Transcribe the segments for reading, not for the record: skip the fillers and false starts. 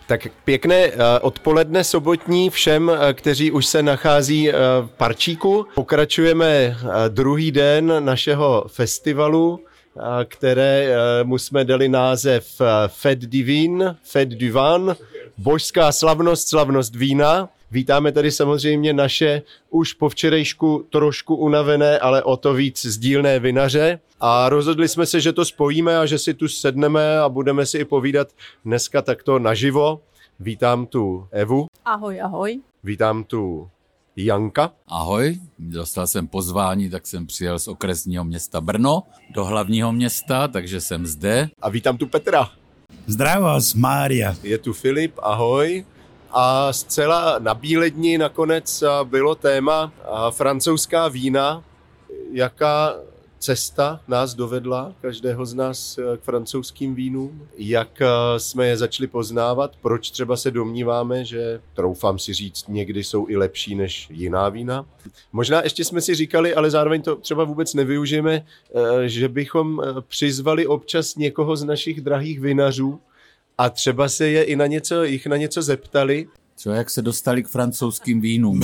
Tak pěkné odpoledne sobotní všem, kteří už se nachází v Parčíku. Pokračujeme druhý den našeho festivalu, kterému jsme dali název Fête divine, Fête du vin, božská slavnost, slavnost vína. Vítáme tady samozřejmě naše už po včerejšku trošku unavené, ale o to víc sdílné vinaře. A rozhodli jsme se, že to spojíme a že si tu sedneme a budeme si i povídat dneska takto naživo. Vítám tu Evu. Ahoj, ahoj. Vítám tu Janka. Ahoj, dostal jsem pozvání, tak jsem přijel z okresního města Brno do hlavního města, takže jsem zde. A vítám tu Petra. Zdravím vás, Mária. Je tu Filip, ahoj. A zcela na Bíledni nakonec bylo téma francouzská vína. Jaká cesta nás dovedla, každého z nás, k francouzským vínům? Jak jsme je začali poznávat? Proč třeba se domníváme, že, troufám si říct, někdy jsou i lepší než jiná vína? Možná ještě jsme si říkali, ale zároveň to třeba vůbec nevyužijeme, že bychom přizvali občas někoho z našich drahých vinařů a třeba se je i jich na něco zeptali. Třeba jak se dostali k francouzským vínům.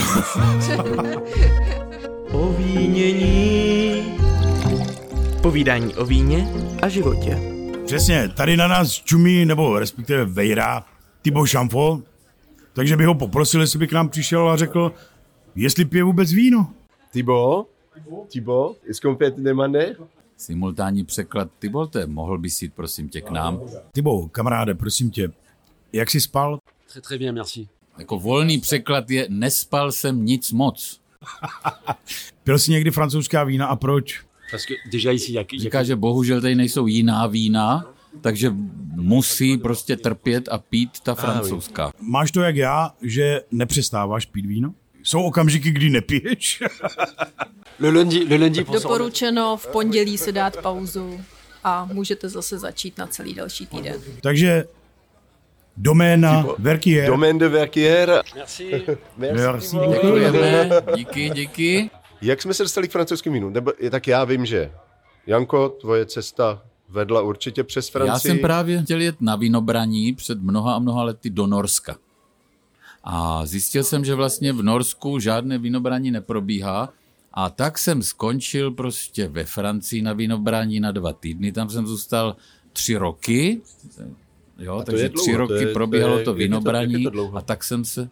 Ovínění. Povídání o víně a životě. Přesně, tady na nás čumí, nebo respektive vejrá Thibaut Chamfort, takže bych ho poprosil, jestli by k nám přišel a řekl, jestli pije vůbec víno. Thibaut, est-ce qu'on peut te demander? Simultánní překlad Thibaute, mohl bys jít prosím tě k nám? Thibaut, kamaráde, prosím tě, jak jsi spal? Très bien, merci. Jako volný překlad je nespal jsem nic moc. Pil jsi někdy francouzská vína a proč? Parce que déjà ici, Říká, že bohužel tady nejsou jiná vína, takže musí prostě trpět a pít ta francouzská. Máš to jak já, že nepřestáváš pít víno? Jsou okamžiky, kdy nepiješ? Le lundi Doporučeno v pondělí si dát pauzu a můžete zase začít na celý další týden. Takže doména Verkier. Domaine de Verkier. Merci. Děkujeme, díky. Jak jsme se dostali k francouzským vínům? Tak já vím, že Janko, tvoje cesta vedla určitě přes Francii. Já jsem právě chtěl jet na vinobraní před mnoha a mnoha lety do Norska. A zjistil jsem, že vlastně v Norsku žádné vinobraní neprobíhá. A tak jsem skončil prostě ve Francii na vinobraní na 2 týdny. Tam jsem zůstal 3 roky. Jo, takže 3 roky probíhalo to vinobraní. A tak jsem se...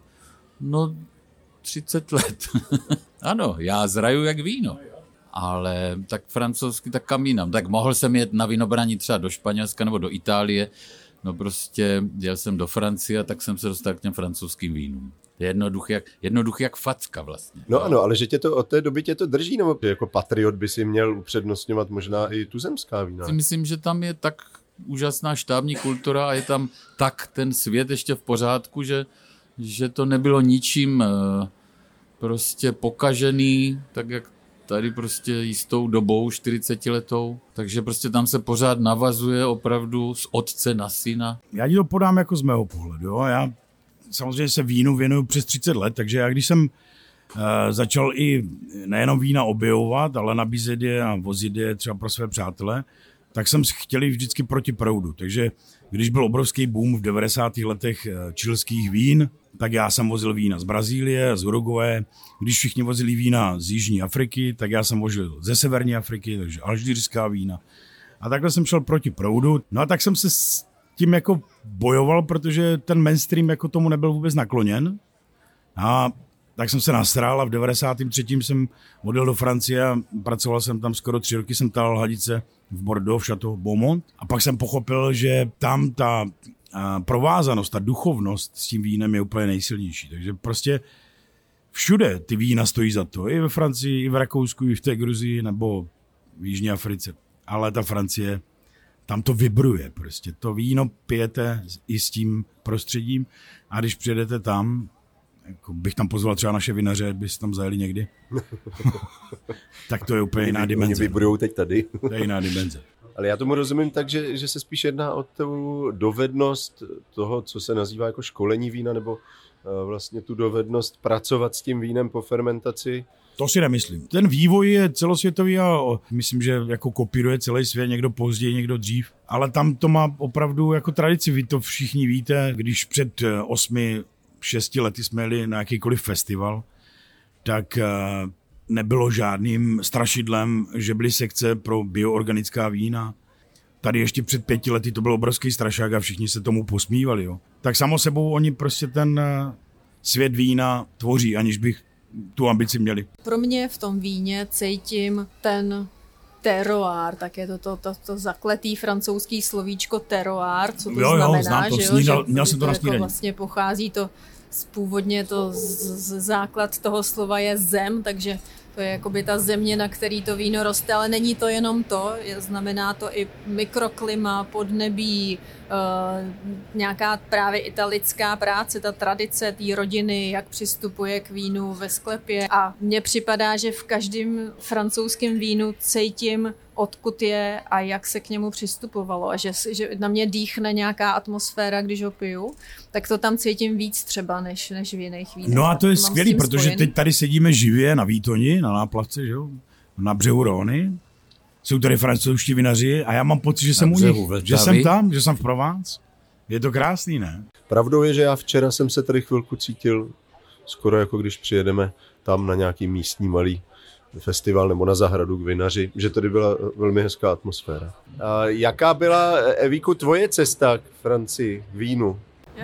30 let. Ano, já zraju jak víno. Ale tak francouzsky, tak kam jinam. Tak mohl jsem jet na vinobraní třeba do Španělska nebo do Itálie. No prostě jel jsem do Francie a tak jsem se dostal k těm francouzským vínům. Jednoduchý jak facka vlastně. No ano, ale že tě to od té doby tě to drží, nebo jako patriot by si měl upřednostňovat možná i tuzemská vína? Myslím, že tam je tak úžasná štábní kultura a je tam tak ten svět ještě v pořádku, že to nebylo ničím prostě pokažený, tak jak tady prostě jistou dobou 40letou, takže prostě tam se pořád navazuje opravdu z otce na syna. Já ti to podám jako z mého pohledu. Jo? Já samozřejmě se vínu věnuju přes 30 let, takže já když jsem začal i nejenom vína objevovat, ale nabízet je a vozit je třeba pro své přátele, tak jsem chtěl vždycky proti proudu. Takže když byl obrovský boom v 90. letech chilských vín, tak já jsem vozil vína z Brazílie, z Uruguaye. Když všichni vozili vína z Jižní Afriky, tak já jsem vozil ze Severní Afriky, takže alžírská vína. A takhle jsem šel proti proudu. No a tak jsem se s tím jako bojoval, protože ten mainstream jako tomu nebyl vůbec nakloněn. A tak jsem se nasral a v 93. jsem odjel do Francie a pracoval jsem tam skoro 3 roky, jsem tál hadice v Bordeaux, v Château Beaumont. A pak jsem pochopil, že tam ta provázanost, ta duchovnost s tím vínem je úplně nejsilnější. Takže prostě všude ty vína stojí za to. I ve Francii, i v Rakousku, i v té Gruzii nebo v Jižní Africe. Ale ta Francie, tam to vibruje prostě. To víno pijete i s tím prostředím a když přijedete tam, jako bych tam pozval třeba naše vinaře, byste tam zajeli někdy, tak to je úplně jiná dimenze. Oni vibrují teď tady. To je jiná dimenze. Ale já tomu rozumím tak, že se spíš jedná o tu dovednost toho, co se nazývá jako školení vína, nebo vlastně tu dovednost pracovat s tím vínem po fermentaci? To si nemyslím. Ten vývoj je celosvětový a myslím, že jako kopíruje celý svět, někdo později, někdo dřív. Ale tam to má opravdu jako tradici. Vy to všichni víte, když před 8-6 lety jsme jeli na jakýkoliv festival, tak nebylo žádným strašidlem, že byly sekce pro bioorganická vína. Tady ještě před 5 lety to byl obrovský strašák a všichni se tomu posmívali. Jo. Tak samo sebou oni prostě ten svět vína tvoří, aniž bych tu ambici měli. Pro mě v tom víně cítím ten terroir, tak je to zakletý francouzský slovíčko terroir, co to znamená, znám to, že měl jsem to na snídani. Vlastně pochází to původně základ toho slova je zem, takže to je jakoby ta země, na který to víno roste, ale není to jenom to, znamená to i mikroklima, podnebí, nějaká právě i ta lidská práce, ta tradice té rodiny, jak přistupuje k vínu ve sklepě. A mně připadá, že v každém francouzském vínu cítím, odkud je a jak se k němu přistupovalo a že na mě dýchne nějaká atmosféra, když ho piju, tak to tam cítím víc třeba než v jiných vínech. No a to je skvělý, protože teď tady sedíme živě na Výtoni, na náplavce, že jo? Na břehu Rhôny. Jsou tady francouzští vinaři a já mám pocit, že jsem u nich, že jsem tam, že jsem v Provence. Je to krásný, ne? Pravdou je, že já včera jsem se tady chvilku cítil skoro jako když přijedeme tam na nějaký místní malý festival nebo na zahradu k vinaři, že tady byla velmi hezká atmosféra. A jaká byla, Evíku, tvoje cesta k Francii, k vínu?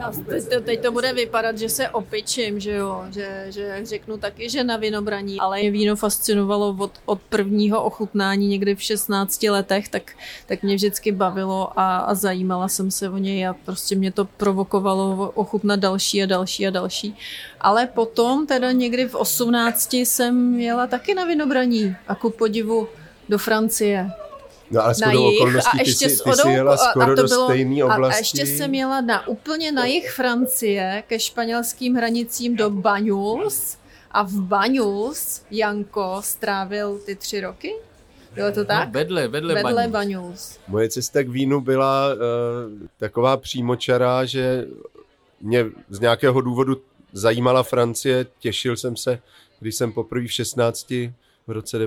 Teď to bude vypadat, že se opičím, že jo, že řeknu taky, že na vinobraní, ale mě víno fascinovalo od prvního ochutnání někdy v 16 letech, tak mě vždycky bavilo a zajímala jsem se o něj a prostě mě to provokovalo ochutnat další a další a další. Ale potom teda někdy v 18 jsem jela taky na vinobraní a ku podivu do Francie. No ale shodou okolností ty jsi jela skoro do stejné oblasti. A ještě jsem jela úplně na jih Francie ke španělským hranicím do Banyuls a v Banyuls Janko strávil ty 3 roky. Bylo to tak? No, vedle Banyuls. Moje cesta k vínu byla taková přímočará, že mě z nějakého důvodu zajímala Francie. Těšil jsem se, když jsem poprvé v 16 v roce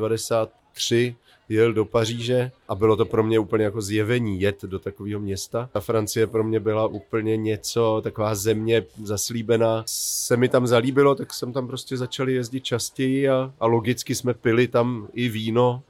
93 jel do Paříže a bylo to pro mě úplně jako zjevení jet do takového města. A Francie pro mě byla úplně něco, taková země zaslíbená. Se mi tam zalíbilo, tak jsem tam prostě začal jezdit častěji a logicky jsme pili tam i víno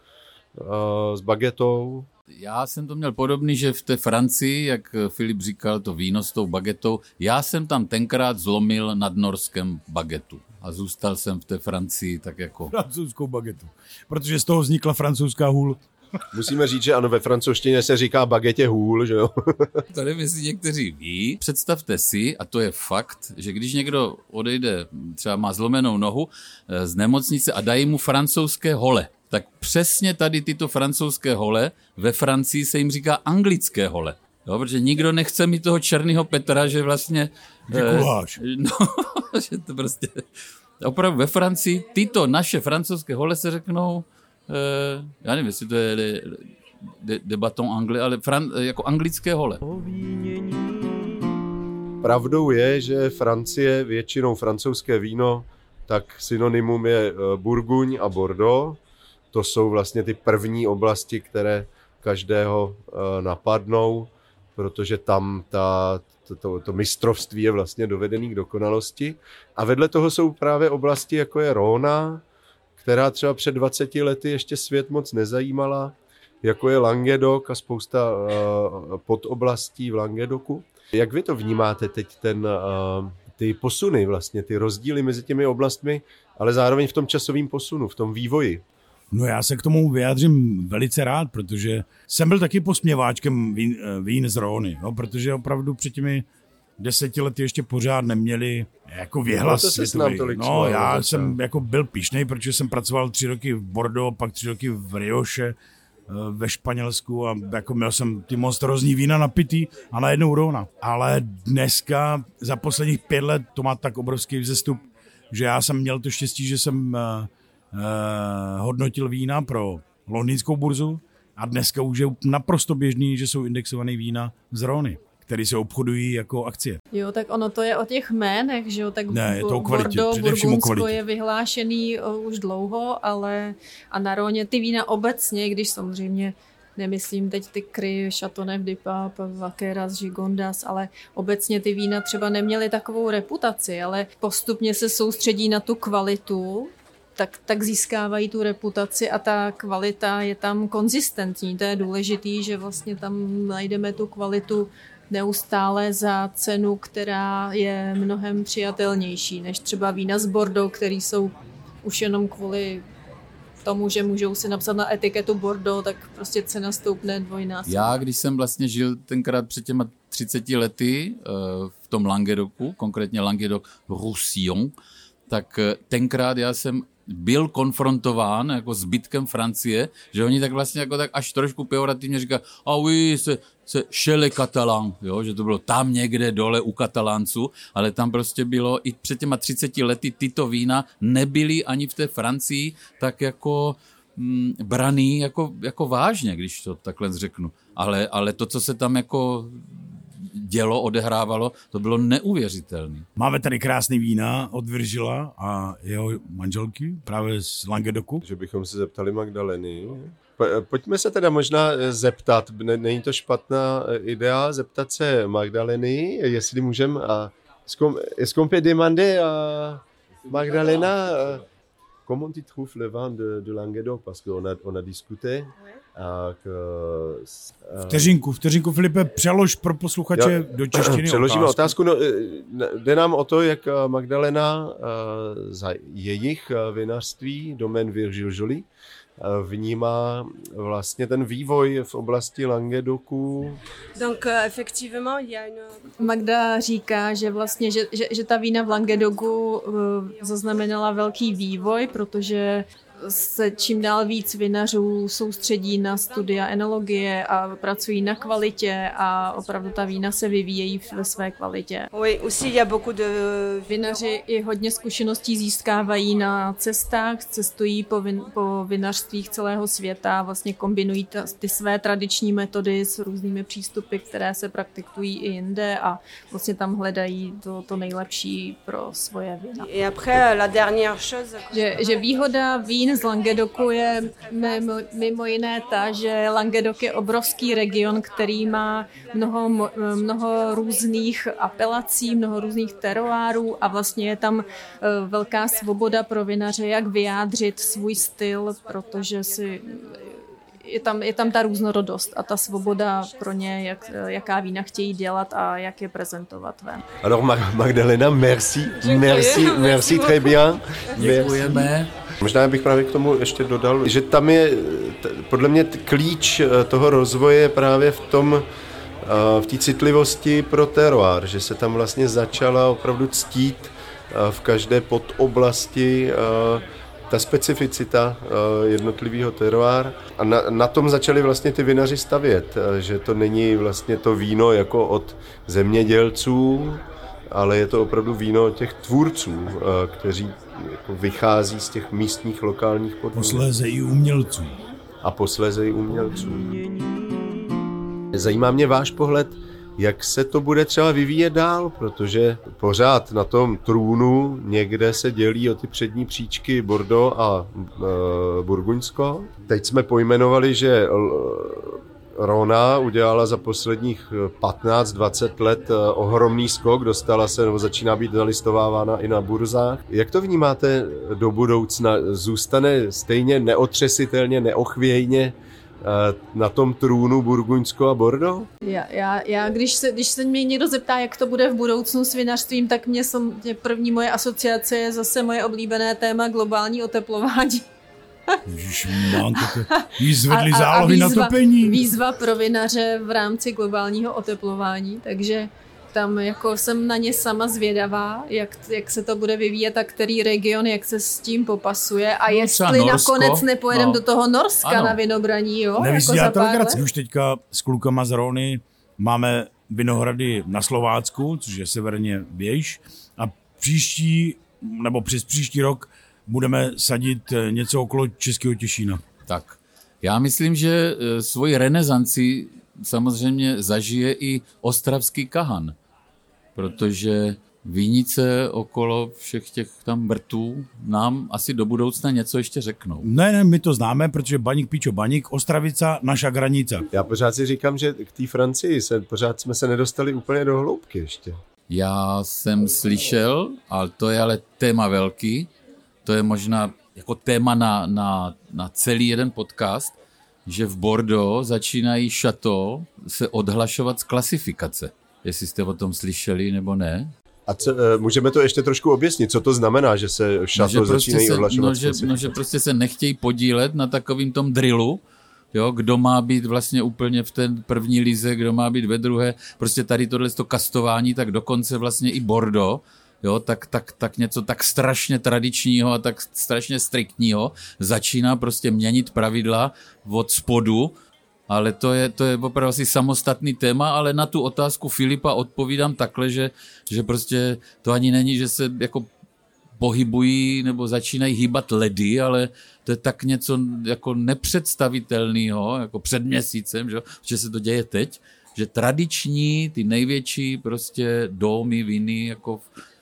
s bagetou. Já jsem to měl podobný, že v té Francii, jak Filip říkal, to víno s tou bagetou, já jsem tam tenkrát zlomil nad Norskem bagetu. A zůstal jsem v té Francii tak jako... Francouzskou bagetu. Protože z toho vznikla francouzská hůl. Musíme říct, že ano, ve francouzštině se říká bagetě hůl, že jo? To nevím, jestli někteří ví. Představte si, a to je fakt, že když někdo odejde, třeba má zlomenou nohu z nemocnice a dají mu francouzské hole, tak přesně tady tyto francouzské hole ve Francii se jim říká anglické hole. Jo, protože nikdo nechce mít toho černého Petra, že vlastně... No, že to prostě... Opravdu ve Francii tyto naše francouzské hole se řeknou, já nevím, jestli to je debaton anglais, ale jako anglické hole. Pravdou je, že Francie, většinou francouzské víno, tak synonymum je Burguň a Bordeaux. To jsou vlastně ty první oblasti, které každého napadnou, protože tam to mistrovství je vlastně dovedený k dokonalosti. A vedle toho jsou právě oblasti, jako je Rhôna, která třeba před 20 lety ještě svět moc nezajímala, jako je Languedoc a spousta podoblastí v Languedocu. Jak vy to vnímáte teď, ty posuny vlastně, ty rozdíly mezi těmi oblastmi, ale zároveň v tom časovém posunu, v tom vývoji? No já se k tomu vyjádřím velice rád, protože jsem byl taky posměváčkem vín z Rhôny, no, protože opravdu před těmi 10 lety ještě pořád neměli jako věhlas světový. No já jsem jako byl pyšnej, protože jsem pracoval 3 roky v Bordeaux, pak 3 roky v Rioše ve Španělsku a jako měl jsem ty monstrózní vína napitý a najednou Rhôna. Ale dneska za posledních 5 let to má tak obrovský vzestup, že já jsem měl to štěstí, že jsem hodnotil vína pro londýnskou burzu a dneska už je naprosto běžný, že jsou indexované vína z Rhôny, které se obchodují jako akcie. Jo, tak ono to je o těch jménech, že jo, tak ne, je to o kvalitě, Bordeaux, především o Burgundsko kvalitě. je vyhlášený už dlouho, ale a na Rhôně ty vína obecně, když samozřejmě nemyslím teď ty Cry, Chateauneuf du Pape, Vaqueras, Gigondas, ale obecně ty vína třeba neměly takovou reputaci, ale postupně se soustředí na tu kvalitu, tak získávají tu reputaci a ta kvalita je tam konzistentní. To je důležitý, že vlastně tam najdeme tu kvalitu neustále za cenu, která je mnohem přijatelnější než třeba vína z Bordeaux, který jsou už jenom kvůli tomu, že můžou si napsat na etiketu Bordeaux, tak prostě cena stoupne dvojnásobně. Já, když jsem vlastně žil tenkrát před těma 30 lety v tom Languedocu, konkrétně Languedoc-Roussillon, tak tenkrát já jsem byl konfrontován jako zbytkem Francie, že oni tak vlastně jako tak až trošku pejorativně říkají, oui, c'est chez les Catalans, jo, že to bylo tam někde dole u Katalánců, ale tam prostě bylo i před těma 30 lety tyto vína nebyly ani v té Francii tak jako braný jako vážně, když to takhle řeknu. Ale to, co se tam jako dělo, odehrávalo, to bylo neuvěřitelné. Máme tady krásný vína od Virgila a jeho manželky, právě z Languedocu. Že bychom se zeptali Magdaleny. Pojďme se teda možná zeptat, není to špatná idea, zeptat se Magdaleny, jestli můžeme, est-ce qu'on peut demander à Magdalena comment tu trouves le vin de Languedoc, parce qu'on a discuté. Vteřinku, Filipe, přelož pro posluchače do češtiny. Přeložíme otázku. No, jde nám o to, jak Magdalena za jejich vinařství Domaine Virgile Joly vnímá vlastně ten vývoj v oblasti Languedocu. Donc, effectivement, il y a une... Magda říká, že vlastně, že ta vína v Languedocu zaznamenala velký vývoj, protože se čím dál víc vinařů soustředí na studia enologie a pracují na kvalitě a opravdu ta vína se vyvíjejí ve své kvalitě. Oui, aussi il y a beaucoup de... Vinaři i hodně zkušeností získávají na cestách, cestují po vinařstvích celého světa, vlastně kombinují ty své tradiční metody s různými přístupy, které se praktikují i jinde a vlastně tam hledají to nejlepší pro svoje vína. Et après, la dernière chose... Že výhoda vín z Languedocu je mimo jiné ta, že Languedoc je obrovský region, který má mnoho různých apelací, mnoho různých teroárů a vlastně je tam velká svoboda pro vinaře, jak vyjádřit svůj styl, protože je tam ta různorodost a ta svoboda pro ně, jaká vína chtějí dělat a jak je prezentovat ven. Alors Magdalena, merci, très bien. Děkujeme. Možná bych právě k tomu ještě dodal, že tam je podle mě klíč toho rozvoje právě v té citlivosti pro terroir, že se tam vlastně začala opravdu ctít v každé podoblasti ta specificita jednotlivého terroir a na tom začali vlastně ty vinaři stavět, že to není vlastně to víno jako od zemědělců, ale je to opravdu víno těch tvůrců, kteří jako vychází z těch místních lokálních podmínek. Posléze i umělců. A posléze i umělců. Zajímá mě váš pohled, jak se to bude třeba vyvíjet dál, protože pořád na tom trůnu někde se dělí o ty přední příčky Bordeaux a Burgundsko. Teď jsme pojmenovali, že Rhôna udělala za posledních 15-20 let ohromný skok, dostala se nebo začíná být zalistovávána i na burzách. Jak to vnímáte do budoucna? Zůstane stejně neotřesitelně, neochvějně na tom trůnu Burgundsko a Bordeaux? Já když se mě někdo zeptá, jak to bude v budoucnu s vinařstvím, tak mě první moje asociace je zase moje oblíbené téma globální oteplování. Jí zvedli zálohy na topení. Výzva pro vinaře v rámci globálního oteplování, takže tam jako jsem na ně sama zvědavá, jak se to bude vyvíjet a který region, jak se s tím popasuje a jestli Norsko, nakonec nepojedeme do toho Norska na vinobraní, jo? Nevysíláte legraci. Už teďka s klukama z Rhôny máme vinohrady na Slovácku, což je severně Běž a přes příští rok budeme sadit něco okolo Českého Těšína. Tak, já myslím, že svoji renesanci samozřejmě zažije i ostravský kahan, protože vinice okolo všech těch tam vrtů nám asi do budoucna něco ještě řeknou. Ne, my to známe, protože Baník, Píčo, Baník, Ostravica, naša hranice. Já pořád si říkám, že k té Francii pořád jsme se nedostali úplně do hloubky ještě. Já jsem slyšel, ale to je ale téma velký, to je možná jako téma na celý jeden podcast, že v Bordeaux začínají šato se odhlašovat z klasifikace. Jestli jste o tom slyšeli nebo ne? A můžeme to ještě trošku objasnit, co to znamená, že se šato začínají odhlašovat? Že prostě se nechtějí podílet na takovým tom drillu, jo, kdo má být vlastně úplně v té první lize, kdo má být ve druhé, prostě tady tohleto kastování, tak dokonce vlastně i Bordeaux, jo, tak něco tak strašně tradičního a tak strašně striktního začíná prostě měnit pravidla od spodu, ale to je opravdu asi samostatný téma, ale na tu otázku Filipa odpovídám takhle, že prostě to ani není, že se jako pohybují nebo začínají hýbat ledy, ale to je tak něco jako nepředstavitelného, jako před měsícem, že se to děje teď, že tradiční, ty největší prostě domy, viny jako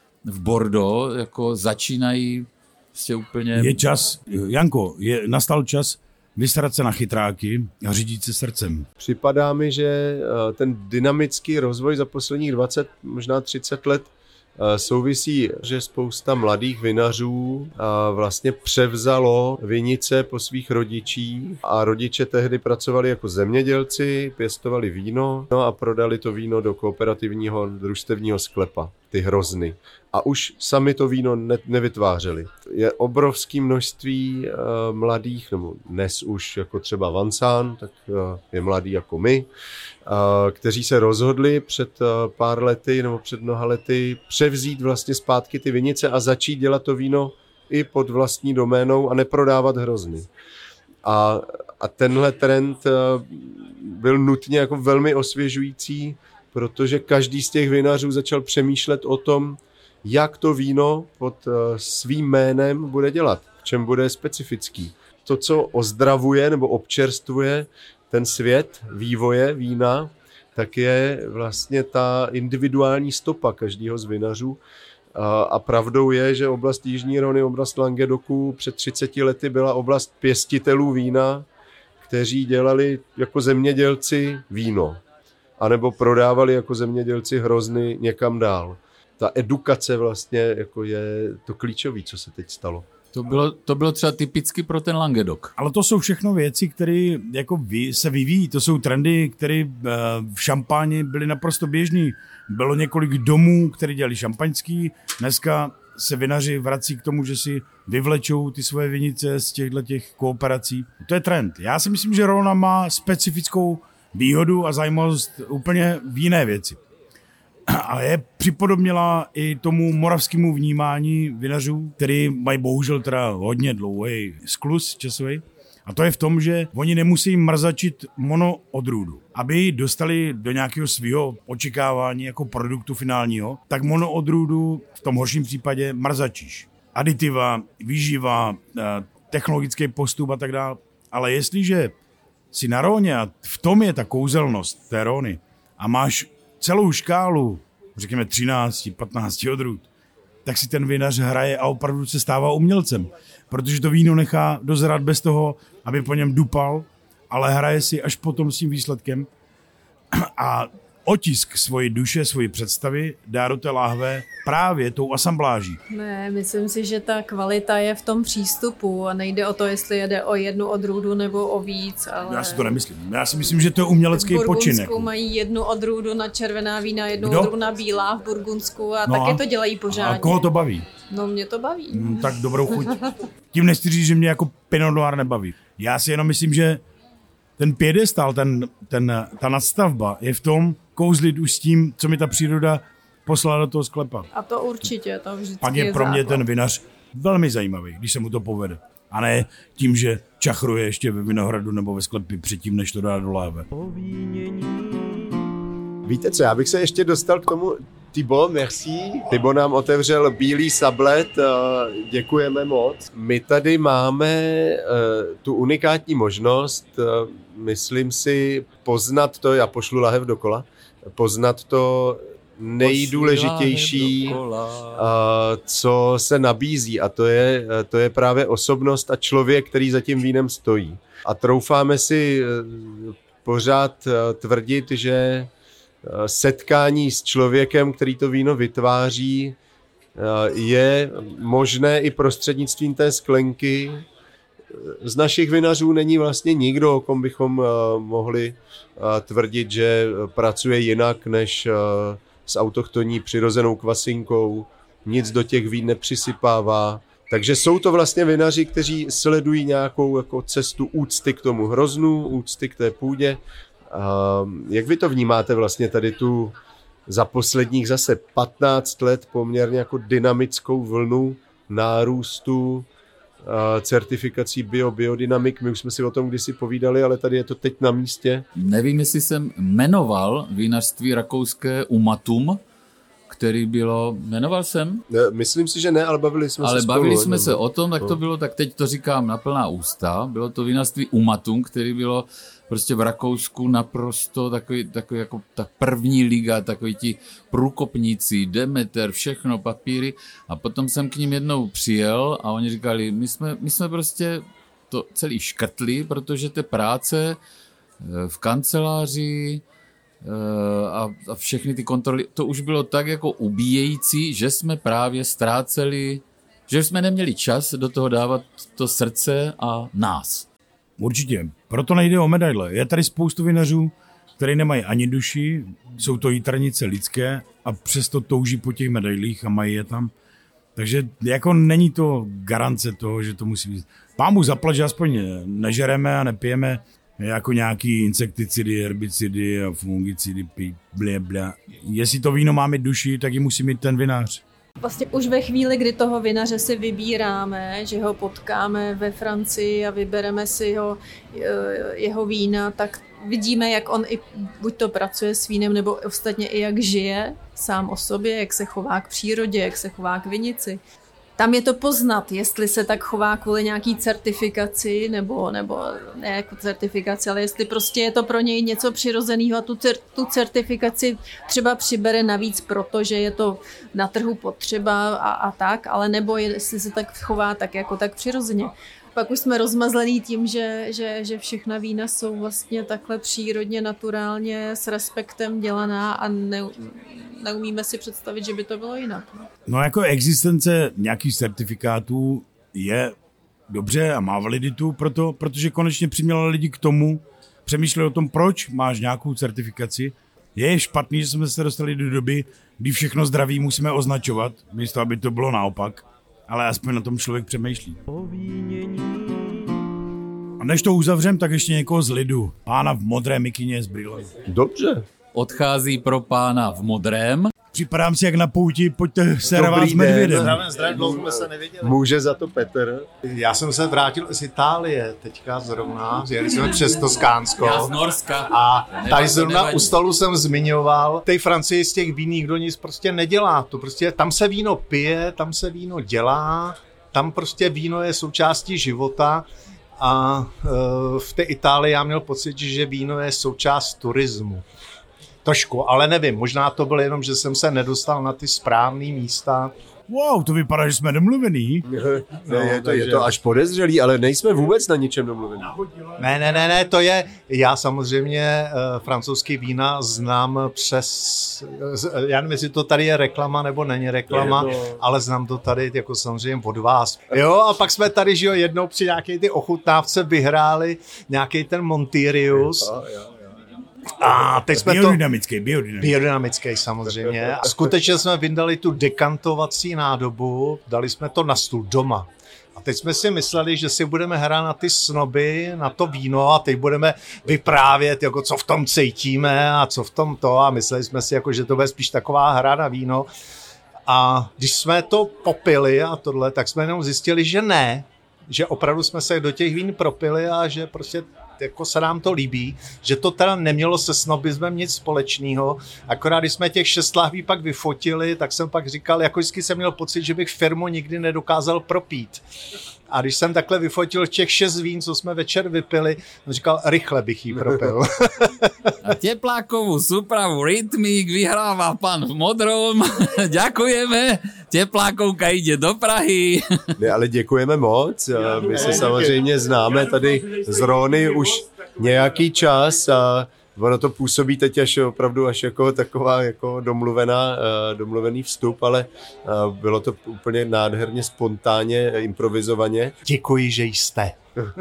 v Bordeaux jako začínají prostě úplně... Je čas, Janko, nastal čas vysrat se na chytráky a řídit se srdcem. Připadá mi, že ten dynamický rozvoj za posledních 20, možná 30 let souvisí, že spousta mladých vinařů vlastně převzalo vinice po svých rodičích a rodiče tehdy pracovali jako zemědělci, pěstovali víno a prodali to víno do kooperativního družstevního sklepa, ty hrozny. A už sami to víno nevytvářeli. Je obrovské množství mladých, nebo dnes už jako třeba Vincent, tak je mladý jako my, kteří se rozhodli před pár lety nebo před mnoha lety převzít vlastně zpátky ty vinice a začít dělat to víno i pod vlastní doménou a neprodávat hrozny. A tenhle trend byl nutně jako velmi osvěžující, protože každý z těch vinařů začal přemýšlet o tom, jak to víno pod svým jménem bude dělat, v čem bude specifický. To, co ozdravuje nebo občerstvuje ten svět vývoje vína, tak je vlastně ta individuální stopa každého z vinařů. A pravdou je, že oblast Jižní Rhôny, oblast Languedocu před 30 lety byla oblast pěstitelů vína, kteří dělali jako zemědělci víno, anebo prodávali jako zemědělci hrozny někam dál. Ta edukace vlastně jako je to klíčové, co se teď stalo. To bylo třeba typicky pro ten Languedoc. Ale to jsou všechno věci, které jako se vyvíjí. To jsou trendy, které v šampáni byly naprosto běžný. Bylo několik domů, které dělali šampaňský. Dneska se vinaři vrací k tomu, že si vyvlečou ty svoje vinice z těch kooperací. To je trend. Já si myslím, že Rhôna má specifickou výhodu a zajímavost úplně v jiné věci. A je připodobnila i tomu moravskému vnímání vinařů, který mají bohužel teda hodně dlouhý skluz časový. A to je v tom, že oni nemusí mrzačit monoodrůdu. Aby dostali do nějakého svého očekávání jako produktu finálního, tak monoodrůdu v tom horším případě mrzačíš. Aditiva, výživa, technologický postup a tak dále. Ale jestliže si na Rhôně, a v tom je ta kouzelnost té Rhôny, a máš celou škálu, řekněme 13, 15 odrůd, tak si ten vinař hraje a opravdu se stává umělcem. Protože to víno nechá dozrát bez toho, aby po něm dupal, ale hraje si až potom s tím výsledkem a otisk svojí duše, svojí představy dá do té láhve právě tou asambláží. Ne, myslím si, že ta kvalita je v tom přístupu a nejde o to, jestli jede o jednu odrůdu nebo o víc. Ale... Já si to nemyslím. Já si myslím, že to je umělecký počinek. V Burgundsku mají jednu odrůdu na červená vína, jednu odrůdu na bílá v Burgundsku a taky to dělají pořádně. A koho to baví? No mě to baví. Tak dobrou chuť. Tím nechci říct, že mě jako Pinot Noir nebaví. Já si jenom myslím, že ten piedestal, ta nadstavba je v tom kouzlit už s tím, co mi ta příroda poslala do toho sklepa. A to určitě, to vždycky pak je pro mě ten vinař velmi zajímavý, když se mu to povede. A ne tím, že čachruje ještě ve vinohradu nebo ve sklepě předtím, než to dá do láhve. Víte co, já bych se ještě dostal k tomu Thibaut, merci. Thibaut nám otevřel bílý sablet, děkujeme moc. My tady máme tu unikátní možnost, myslím si, poznat to, já pošlu lahev dokola, poznat to nejdůležitější, co se nabízí, a to je právě osobnost a člověk, který za tím vínem stojí. A troufáme si pořád tvrdit, že setkání s člověkem, který to víno vytváří, je možné i prostřednictvím té sklenky. Z našich vinařů není vlastně nikdo, o kom bychom mohli tvrdit, že pracuje jinak než s autochtonní přirozenou kvasinkou, nic do těch vín nepřisypává. Takže jsou to vlastně vinaři, kteří sledují nějakou jako cestu úcty k tomu hroznu, úcty k té půdě. Jak vy to vnímáte vlastně tady tu za posledních zase 15 let poměrně jako dynamickou vlnu nárůstu certifikací biodynamik? My už jsme si o tom kdysi povídali, ale tady je to teď na místě. Nevím, jestli jsem jmenoval vinařství rakouské Umatum, který jmenoval jsem? Myslím si, že ne, ale bavili jsme se spolu. Ale bavili jsme se o tom, tak to bylo, tak teď to říkám na plná ústa. Bylo to vinařství Umatum, který bylo prostě v Rakousku naprosto takový jako ta první liga, takový ti průkopníci, Demeter, všechno, papíry. A potom jsem k ním jednou přijel a oni říkali, my jsme prostě to celý škrtli, protože ty práce v kanceláři a všechny ty kontroly, to už bylo tak jako ubíjející, že jsme právě ztráceli, že jsme neměli čas do toho dávat to srdce a nás. Určitě. Proto nejde o medaile. Je tady spoustu vinařů, které nemají ani duši, jsou to jitrnice lidské a přesto touží po těch medailích a mají je tam. Takže jako není to garance toho, že to musí být. Pámu zaplať, že aspoň nežereme a nepijeme jako nějaký insekticidy, herbicidy a fungicidy, blé. Jestli to víno má mít duši, tak ji musí mít ten vinář. Vlastně už ve chvíli, kdy toho vinaře si vybíráme, že ho potkáme ve Francii a vybereme si jeho vína, tak vidíme, jak on i buď to pracuje s vínem, nebo ostatně i jak žije sám o sobě, jak se chová k přírodě, jak se chová k vinici. Tam je to poznat, jestli se tak chová kvůli nějaký certifikaci, nebo ne jako certifikaci, ale jestli prostě je to pro něj něco přirozeného a tu certifikaci třeba přibere navíc proto, že je to na trhu potřeba a tak, ale nebo jestli se tak chová tak jako tak přirozeně. Pak už jsme rozmazlený tím, že všechna vína jsou vlastně takhle přírodně, naturálně, s respektem dělaná a neumíme si představit, že by to bylo jinak. No jako existence nějakých certifikátů je dobře a má validitu, protože konečně přiměla lidi k tomu, přemýšleli o tom, proč máš nějakou certifikaci. Je špatný, že jsme se dostali do doby, kdy všechno zdraví musíme označovat, místo aby to bylo naopak, ale aspoň na tom člověk přemýšlí. A než to uzavřem, tak ještě někoho z lidu. Pána v modré mikině s brýlemi. Dobře. Odchází pro pána v modrém. Připadám si jak na pouti, pojďte se rvát s medvědem. Zdravím, dlouho jsme se neviděli. Může za to Petr. Já jsem se vrátil z Itálie teďka zrovna, jeli jsme přes Toskánsko. Já z Norska. A tady zrovna u stolu jsem zmiňoval, v té Francii z těch vín nikdo nic prostě nedělá. To prostě, tam se víno pije, tam se víno dělá, tam prostě víno je součástí života. A v té Itálii já měl pocit, že víno je součást turismu. Trošku, ale nevím, možná to bylo jenom, že jsem se nedostal na ty správné místa. Wow, to vypadá, že jsme domluvený. Je to až podezřelý, ale nejsme vůbec na ničem domluvení. Ne, to je, já samozřejmě francouzský vína znám přes, já nevím, jestli to tady je reklama nebo není reklama, ale znám to tady jako samozřejmě od vás. Jo, a pak jsme tady, že jo, jednou při nějaké ty ochutnávce vyhráli nějaký ten Montirius. A teď jsme biodynamický samozřejmě. A skutečně jsme vyndali tu dekantovací nádobu, dali jsme to na stůl doma. A teď jsme si mysleli, že si budeme hrát na ty snoby, na to víno a teď budeme vyprávět, jako co v tom cítíme a co v tom to. A mysleli jsme si, jako, že to bude spíš taková hra na víno. A když jsme to popili a tohle, tak jsme jenom zjistili, že ne. Že opravdu jsme se do těch vín propili a že prostě jako se nám to líbí, že to teda nemělo se snobismem nic společného. Akorát, když jsme těch 6 lahví pak vyfotili, tak jsem pak říkal, jako vždycky jsem měl pocit, že bych firmu nikdy nedokázal propít. A když jsem takhle vyfotil těch 6 vín, co jsme večer vypili, jsem říkal, rychle bych jí propil. A teplákovú súpravu Rytmik vyhrává pán v modrom. Ďakujeme. Teplákovka ide do Prahy. Ne, ale děkujeme moc. My se samozřejmě známe tady z Róny už nějaký čas a ono to působí teď opravdu až jako taková jako domluvený vstup, ale bylo to úplně nádherně spontánně, improvizovaně. Děkuji, že jste.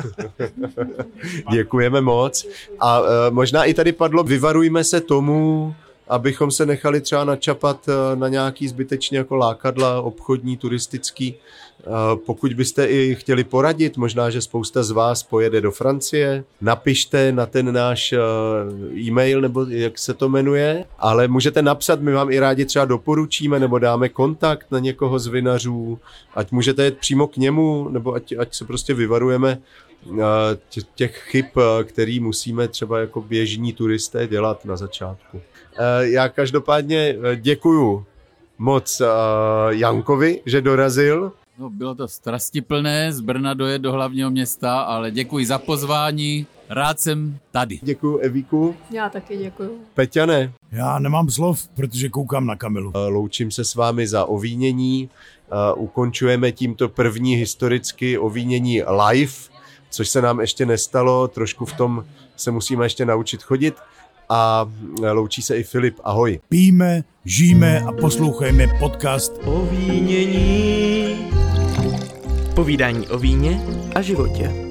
Děkujeme moc. A možná i tady padlo, vyvarujme se tomu, abychom se nechali třeba načapat na nějaký zbytečně jako lákadla obchodní, turistický. Pokud byste i chtěli poradit, možná, že spousta z vás pojede do Francie, napište na ten náš e-mail, nebo jak se to jmenuje, ale můžete napsat, my vám i rádi třeba doporučíme, nebo dáme kontakt na někoho z vinařů, ať můžete jet přímo k němu, nebo ať se prostě vyvarujeme těch chyb, který musíme třeba jako běžní turisté dělat na začátku. Já každopádně děkuju moc Jankovi, že dorazil. No, bylo to strastiplné z Brna dojet do hlavního města, ale děkuji za pozvání, rád jsem tady. Děkuju Evíku. Já taky děkuju. Peťane. Já nemám slov, protože koukám na Kamilu. Loučím se s vámi za ovínění. Ukončujeme tímto první historicky ovínění live, což se nám ještě nestalo, trošku v tom se musíme ještě naučit chodit. A loučí se i Filip. Ahoj. Pijme, žijme a poslouchejme podcast Ovínění. Povídání o víně a životě.